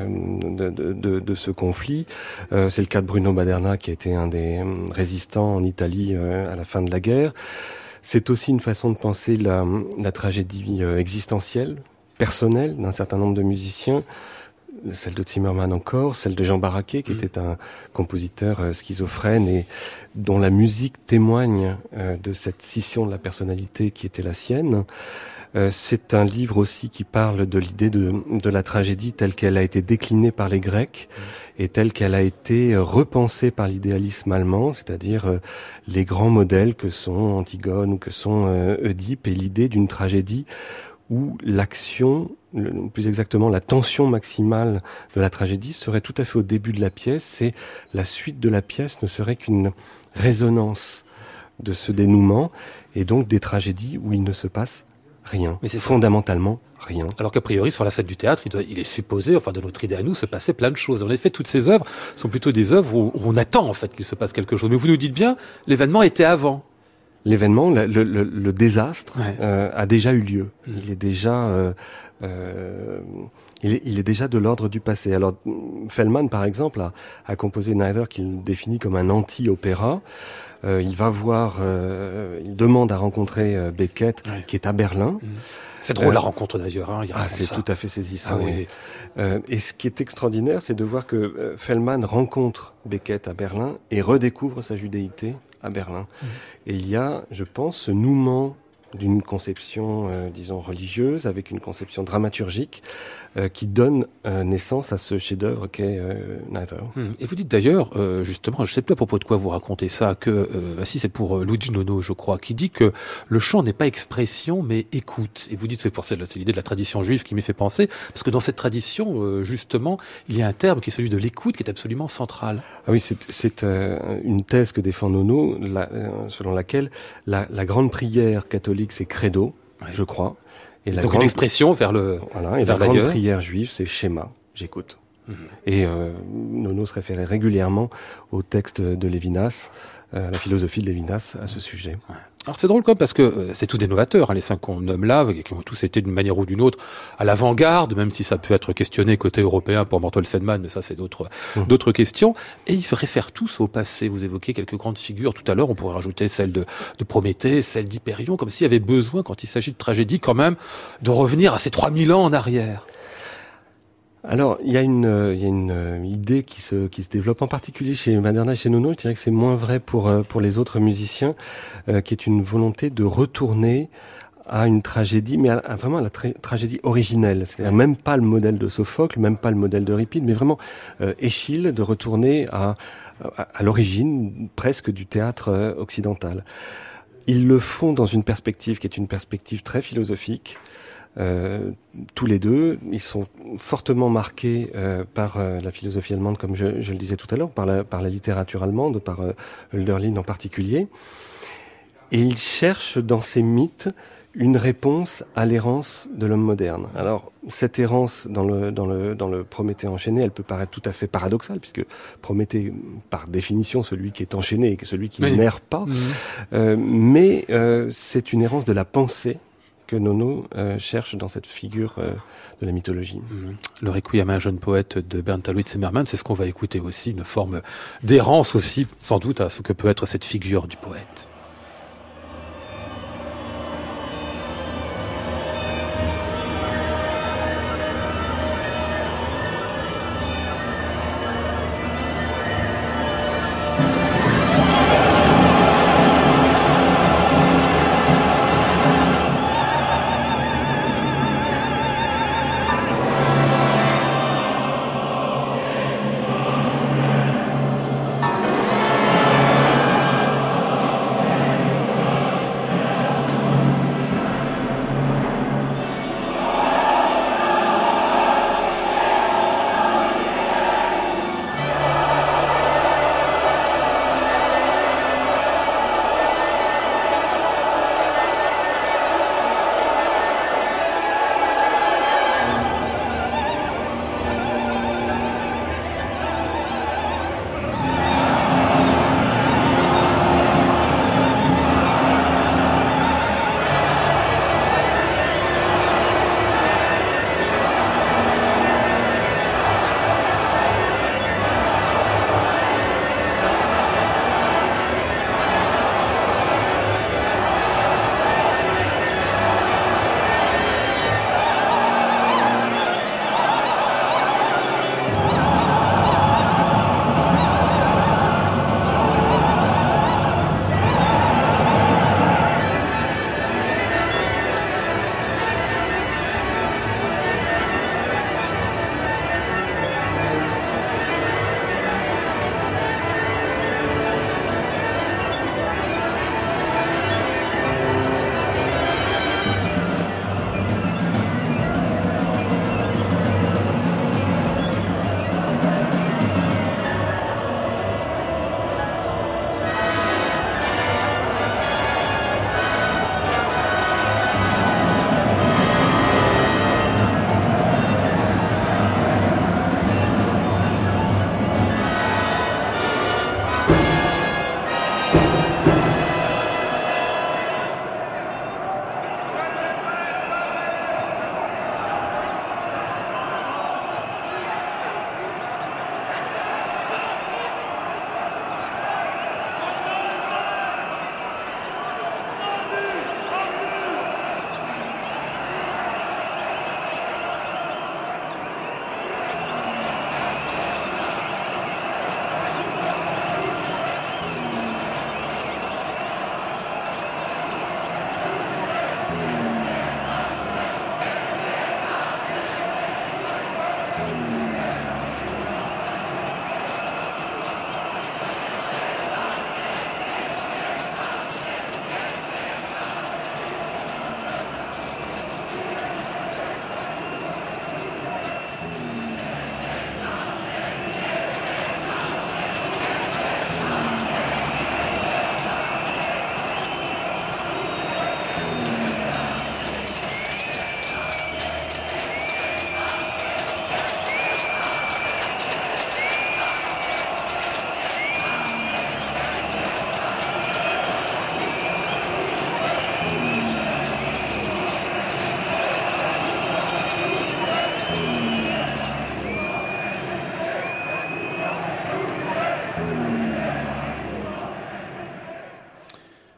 Speaker 4: de ce conflit. C'est le cas de Bruno Maderna, qui a été un des résistants en Italie à la fin de la guerre. C'est aussi une façon de penser la tragédie existentielle, personnelle d'un certain nombre de musiciens. celle de Zimmermann encore, celle de Jean Barraquet, qui était un compositeur schizophrène et dont la musique témoigne de cette scission de la personnalité qui était la sienne. C'est un livre aussi qui parle de l'idée de la tragédie telle qu'elle a été déclinée par les Grecs et telle qu'elle a été repensée par l'idéalisme allemand, c'est-à-dire les grands modèles que sont Antigone ou que sont Oedipe, et l'idée d'une tragédie où l'action, plus exactement la tension maximale de la tragédie serait tout à fait au début de la pièce, et la suite de la pièce ne serait qu'une résonance de ce dénouement, et donc des tragédies où il ne se passe rien, mais c'est fondamentalement rien.
Speaker 3: Alors qu'a priori, sur la scène du théâtre, il est supposé, enfin de notre idée à nous, se passer plein de choses. En effet, toutes ces œuvres sont plutôt des œuvres où on attend en fait qu'il se passe quelque chose. Mais vous nous dites bien, l'événement était avant.
Speaker 4: L'événement, le désastre a déjà eu lieu. Il est déjà, il est déjà de l'ordre du passé. Alors Fellman, par exemple, a composé Neither, qu'il définit comme un anti-opéra. Il va voir, il demande à rencontrer Beckett, qui est à Berlin.
Speaker 3: C'est drôle la rencontre d'ailleurs. Hein,
Speaker 4: c'est ça. Tout à fait saisissant. Oui. Et ce qui est extraordinaire, c'est de voir que Fellman rencontre Beckett à Berlin et redécouvre sa judéité à Berlin. Et il y a, je pense, ce nouement d'une conception, disons, religieuse, avec une conception dramaturgique, qui donne naissance à ce chef-d'œuvre qu'est Neither.
Speaker 3: Et vous dites d'ailleurs, justement, je ne sais plus à propos de quoi vous racontez ça, que, si c'est pour Luigi Nono, je crois, qui dit que le chant n'est pas expression, mais écoute. Et vous dites, c'est l'idée de la tradition juive qui m'y fait penser, parce que dans cette tradition, justement, il y a un terme qui est celui de l'écoute, qui est absolument central.
Speaker 4: Ah oui, c'est une thèse que défend Nono, selon laquelle la grande prière catholique, c'est credo, je crois.
Speaker 3: Et donc une expression vers le
Speaker 4: voilà, et la grande prière juive, c'est schéma, j'écoute. Et Nono se référait régulièrement au texte de Lévinas, la philosophie de Lévinas à ce sujet.
Speaker 3: Alors c'est drôle quand même parce que c'est tout des novateurs, hein, les 5 qu'on nomme là, qui ont tous été d'une manière ou d'une autre à l'avant-garde, même si ça peut être questionné côté européen pour Morton Feldman, mais ça c'est d'autres questions. Et ils se réfèrent tous au passé. Vous évoquez quelques grandes figures tout à l'heure, on pourrait rajouter celle de Prométhée, celle d'Hypérion, comme s'il y avait besoin, quand il s'agit de tragédie quand même, de revenir à ces 3000 ans en arrière.
Speaker 4: Alors, il y a une idée qui se développe en particulier chez Maderna et chez Nono. Je dirais que c'est moins vrai pour les autres musiciens, qui est une volonté de retourner à une tragédie, mais vraiment à la tragédie originelle. C'est-à-dire même pas le modèle de Sophocle, même pas le modèle d'Euripide, mais vraiment Échille, de retourner à l'origine presque du théâtre occidental. Ils le font dans une perspective qui est une perspective très philosophique. Tous les deux, ils sont fortement marqués par la philosophie allemande, comme je le disais tout à l'heure, par la littérature allemande, par Hölderlin en particulier. Et ils cherchent dans ces mythes une réponse à l'errance de l'homme moderne. Alors, cette errance dans le Prométhée enchaîné, elle peut paraître tout à fait paradoxale, puisque Prométhée, par définition, celui qui est enchaîné et celui qui n'erre pas, mais c'est une errance de la pensée que Nono cherche dans cette figure de la mythologie.
Speaker 3: Le Requiem à un jeune poète de Bernd Alois Zimmermann, c'est ce qu'on va écouter aussi, une forme d'errance aussi, sans doute, à ce que peut être cette figure du poète.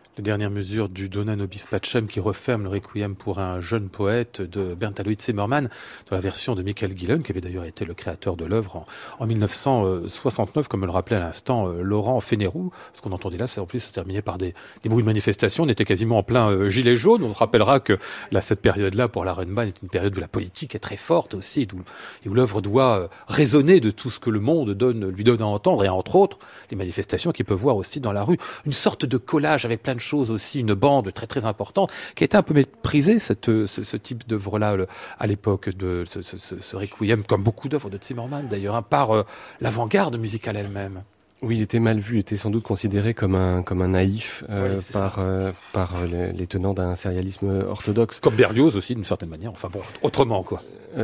Speaker 3: Les dernières mesures du Dona nobis pacem qui referme le requiem pour un jeune poète de Bernd Alois Zimmermann dans la version de Michael Gillen, qui avait d'ailleurs été le créateur de l'œuvre en 1969, comme me le rappelait à l'instant Laurent Fénérou. Ce qu'on entendait là, c'est en plus se terminait par des bruits de manifestation. On était quasiment en plein gilet jaune. On rappellera que là, cette période-là, pour l'Arenman, est une période où la politique est très forte aussi, et où l'œuvre doit résonner de tout ce que le monde lui donne à entendre, et entre autres, les manifestations qu'il peut voir aussi dans la rue. Une sorte de collage avec plein de choses aussi, une bande très très importante qui a été un peu méprisée, ce type d'œuvre-là à l'époque de ce requiem, comme beaucoup d'œuvres de Zimmermann d'ailleurs, par l'avant-garde musicale elle-même.
Speaker 4: Oui, il était mal vu, il était sans doute considéré comme un naïf par les tenants d'un sérialisme orthodoxe.
Speaker 3: Comme Berlioz aussi, d'une certaine manière. Enfin bon, autrement quoi.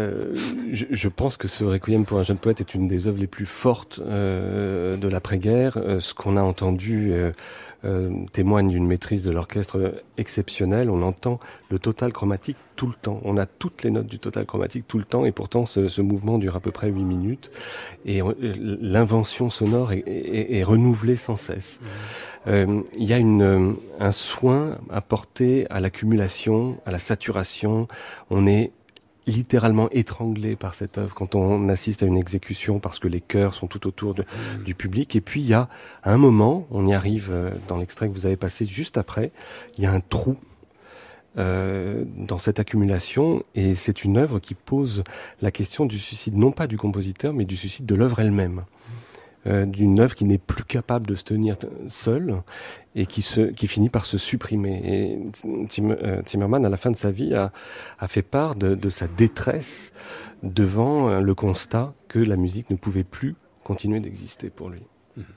Speaker 4: Je pense que ce Requiem pour un jeune poète est une des œuvres les plus fortes de l'après-guerre. Ce qu'on a entendu témoigne d'une maîtrise de l'orchestre exceptionnelle. On entend le total chromatique tout le temps. On a toutes les notes du total chromatique tout le temps, et pourtant ce mouvement dure à peu près 8 minutes. Et l'invention sonore est renouvelée sans cesse. Il y a un soin apporté à l'accumulation, à la saturation. On est littéralement étranglé par cette œuvre quand on assiste à une exécution, parce que les chœurs sont tout autour du public. Et puis il y a un moment, on y arrive dans l'extrait que vous avez passé juste après, il y a un trou dans cette accumulation, et c'est une œuvre qui pose la question du suicide, non pas du compositeur, mais du suicide de l'œuvre elle-même. D'une œuvre qui n'est plus capable de se tenir seule et qui finit par se supprimer. Et Zimmermann, à la fin de sa vie, a fait part de sa détresse devant le constat que la musique ne pouvait plus continuer d'exister pour lui.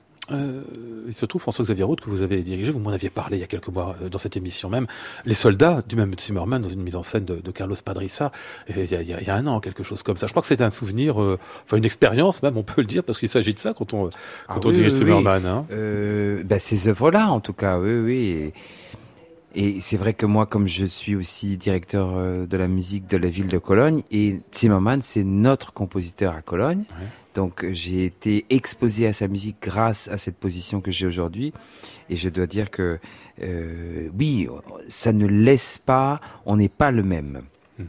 Speaker 3: Il se trouve, François-Xavier Roth, que vous avez dirigé, vous m'en aviez parlé il y a quelques mois dans cette émission même, Les Soldats, du même Zimmermann, dans une mise en scène de Carlos Padrissa, il y a un an, quelque chose comme ça. Je crois que c'était un souvenir, une expérience même, on peut le dire, parce qu'il s'agit de ça quand on dirige Zimmermann. Hein.
Speaker 1: Ces œuvres-là, en tout cas, oui. Et c'est vrai que moi, comme je suis aussi directeur de la musique de la ville de Cologne, et Zimmermann, c'est notre compositeur à Cologne. Ouais. Donc j'ai été exposé à sa musique grâce à cette position que j'ai aujourd'hui. Et je dois dire que oui, ça ne laisse pas, on n'est pas le même.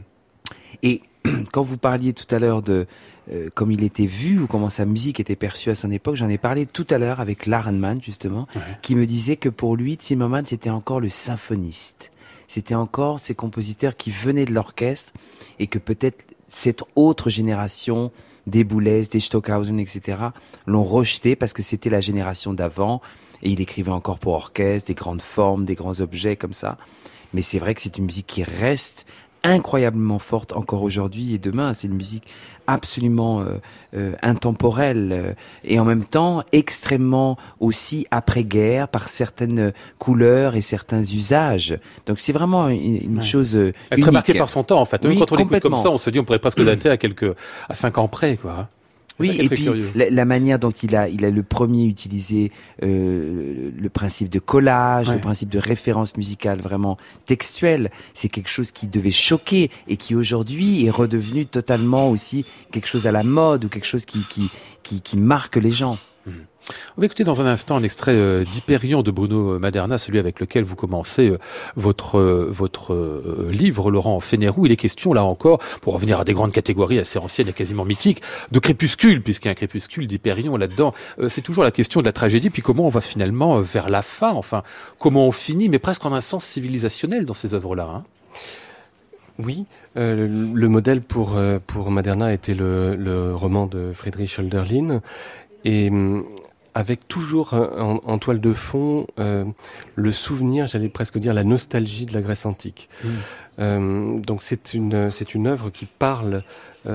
Speaker 1: Et quand vous parliez tout à l'heure de comme il était vu ou comment sa musique était perçue à son époque, j'en ai parlé tout à l'heure avec Larenman justement, qui me disait que pour lui, Zimmermann, c'était encore le symphoniste. C'était encore ces compositeurs qui venaient de l'orchestre, et que peut-être cette autre génération des Boulez, des Stockhausen, etc., l'ont rejeté parce que c'était la génération d'avant, et il écrivait encore pour orchestre, des grandes formes, des grands objets comme ça. Mais c'est vrai que c'est une musique qui reste incroyablement forte encore aujourd'hui et demain. C'est une musique absolument intemporelle et en même temps extrêmement aussi après-guerre par certaines couleurs et certains usages. Donc c'est vraiment une chose unique.
Speaker 3: Très marquée par son temps en fait. Même
Speaker 1: oui,
Speaker 3: quand on l'écoute comme ça, on se dit on pourrait presque dater à 5 ans près, quoi.
Speaker 1: Oui, et puis la manière dont il a le premier utilisé le principe de collage, le principe de référence musicale vraiment textuelle, c'est quelque chose qui devait choquer et qui aujourd'hui est redevenu totalement aussi quelque chose à la mode ou quelque chose qui marque les gens.
Speaker 3: On va écouter dans un instant un extrait d'Hyperion de Bruno Maderna, celui avec lequel vous commencez votre livre, Laurent Fénérou. Il est question, là encore, pour revenir à des grandes catégories assez anciennes et quasiment mythiques, de crépuscule, puisqu'il y a un crépuscule d'Hyperion là-dedans. C'est toujours la question de la tragédie, puis comment on va finalement vers la fin, enfin, comment on finit, mais presque en un sens civilisationnel dans ces œuvres-là, hein.
Speaker 4: Oui, le modèle pour Maderna était le roman de Friedrich Hölderlin, et avec toujours en toile de fond le souvenir, j'allais presque dire la nostalgie de la Grèce antique. Donc c'est une œuvre qui parle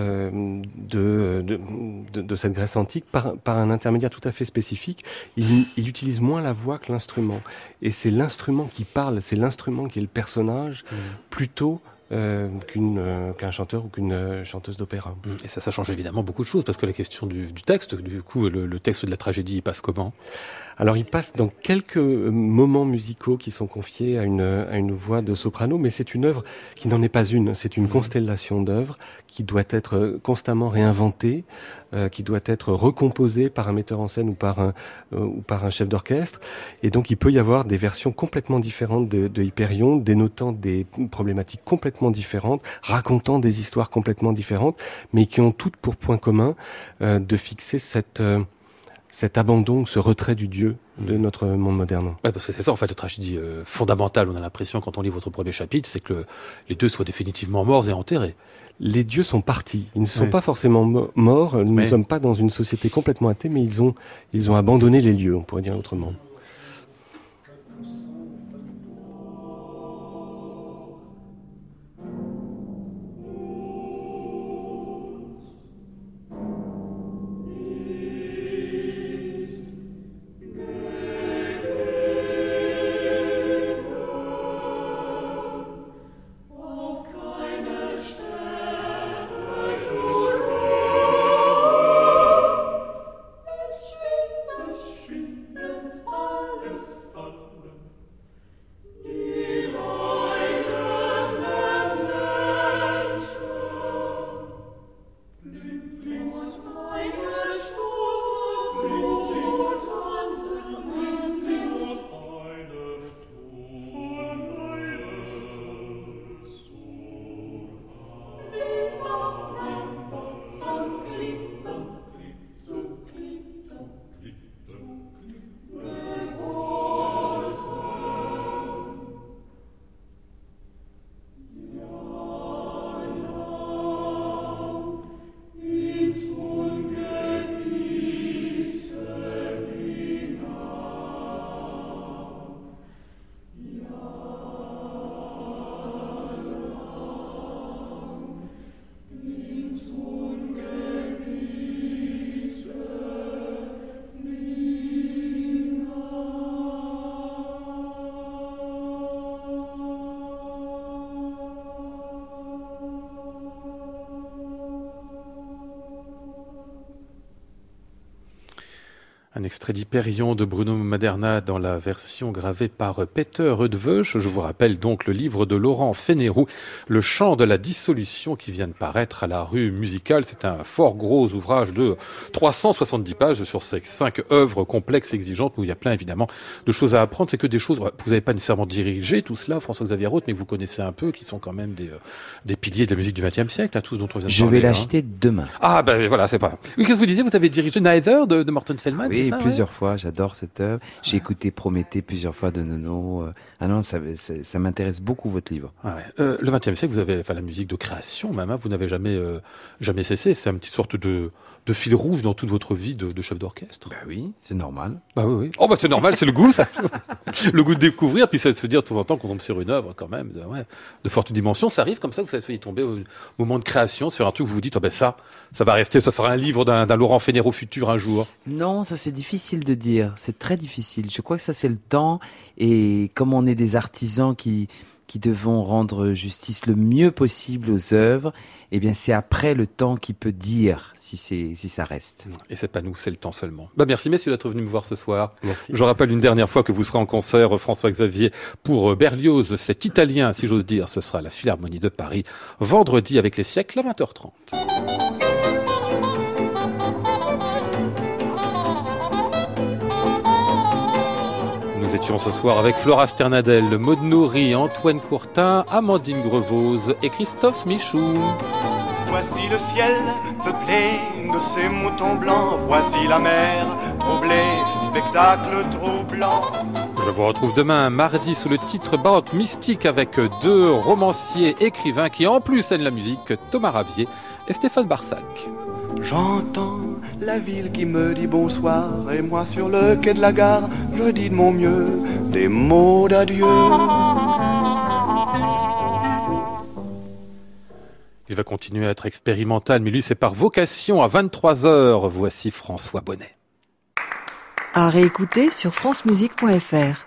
Speaker 4: de cette Grèce antique par un intermédiaire tout à fait spécifique. Il utilise moins la voix que l'instrument, et c'est l'instrument qui parle, c'est l'instrument qui est le personnage, plutôt qu'un chanteur ou qu'une chanteuse d'opéra.
Speaker 3: Et ça change évidemment beaucoup de choses, parce que la question du texte, du coup, le texte de la tragédie, il passe comment ?
Speaker 4: Alors il passe dans quelques moments musicaux qui sont confiés à une voix de soprano, mais c'est une œuvre qui n'en est pas une, c'est une constellation d'œuvres qui doit être constamment réinventée, qui doit être recomposée par un metteur en scène ou par un chef d'orchestre, et donc il peut y avoir des versions complètement différentes de Hyperion, dénotant des problématiques complètement différentes, racontant des histoires complètement différentes, mais qui ont toutes pour point commun de fixer cet abandon, ce retrait du Dieu de notre monde moderne.
Speaker 3: Ouais, parce que c'est ça, en fait, la tragédie fondamentale, on a l'impression, quand on lit votre premier chapitre, c'est que les dieux soient définitivement morts et enterrés.
Speaker 4: Les dieux sont partis. Ils ne sont pas forcément morts. Nous ne sommes pas dans une société complètement athée, mais ils ont abandonné les lieux, on pourrait dire autrement.
Speaker 3: Un extrait d'Hyperion de Bruno Maderna dans la version gravée par Peter Rudveuch. Je vous rappelle donc le livre de Laurent Fénéroux, Le chant de la dissolution, qui vient de paraître à la Rue Musicale. C'est un fort gros ouvrage de 370 pages sur ces 5 œuvres complexes et exigeantes où il y a plein évidemment de choses à apprendre. C'est que des choses, vous n'avez pas nécessairement dirigé tout cela, François-Xavier Roth, mais vous connaissez un peu, qui sont quand même des piliers de la musique du XXe siècle, tous dont on vient de parler.
Speaker 1: Je vais l'acheter demain.
Speaker 3: Ah ben voilà, c'est pas... Oui, qu'est-ce que vous disiez ? Vous avez dirigé Neither de Morton Feldman,
Speaker 1: oui,
Speaker 3: c'est ça,
Speaker 1: plusieurs fois, j'adore cette œuvre. J'ai écouté Prométhée plusieurs fois de Nono. Ah non, ça m'intéresse beaucoup votre livre.
Speaker 3: Ah ouais. Le XXe siècle, vous avez la musique de création, même, vous n'avez jamais cessé. C'est une petite sorte de fil rouge dans toute votre vie de chef d'orchestre.
Speaker 1: Bah oui, c'est normal.
Speaker 3: Bah oui. Oh bah c'est normal, c'est le goût, ça. Le goût de découvrir, puis ça de se dire de temps en temps qu'on tombe sur une œuvre quand même de forte dimension. Ça arrive comme ça, vous soyez tombé au moment de création sur un truc où vous vous dites ça va rester, ça sera un livre d'un Laurent Fénéroux futur un jour.
Speaker 1: Non, ça c'est difficile de dire. C'est très difficile. Je crois que ça c'est le temps, et comme on est des artisans qui devons rendre justice le mieux possible aux œuvres, eh bien c'est après le temps qui peut dire si ça reste.
Speaker 3: Et c'est pas nous, c'est le temps seulement. Merci messieurs d'être venus me voir ce soir.
Speaker 4: Merci.
Speaker 3: Je rappelle une dernière fois que vous serez en concert, François-Xavier, pour Berlioz, cet Italien, si j'ose dire. Ce sera à la Philharmonie de Paris, vendredi avec les siècles à 20h30. Nous étions ce soir avec Flora Sternadel, Maud Nourri, Antoine Courtin, Amandine Grevose et Christophe Michou.
Speaker 2: Voici le ciel peuplé de ces moutons blancs. Voici la mer troublée, spectacle troublant.
Speaker 3: Je vous retrouve demain, mardi, sous le titre baroque mystique avec 2 romanciers écrivains qui en plus aiment la musique, Thomas Ravier et Stéphane Barsac.
Speaker 2: J'entends la ville qui me dit bonsoir, et moi sur le quai de la gare, je dis de mon mieux des mots d'adieu.
Speaker 3: Il va continuer à être expérimental, mais lui c'est par vocation. À 23h, voici François Bonnet.
Speaker 5: À réécouter sur francemusique.fr.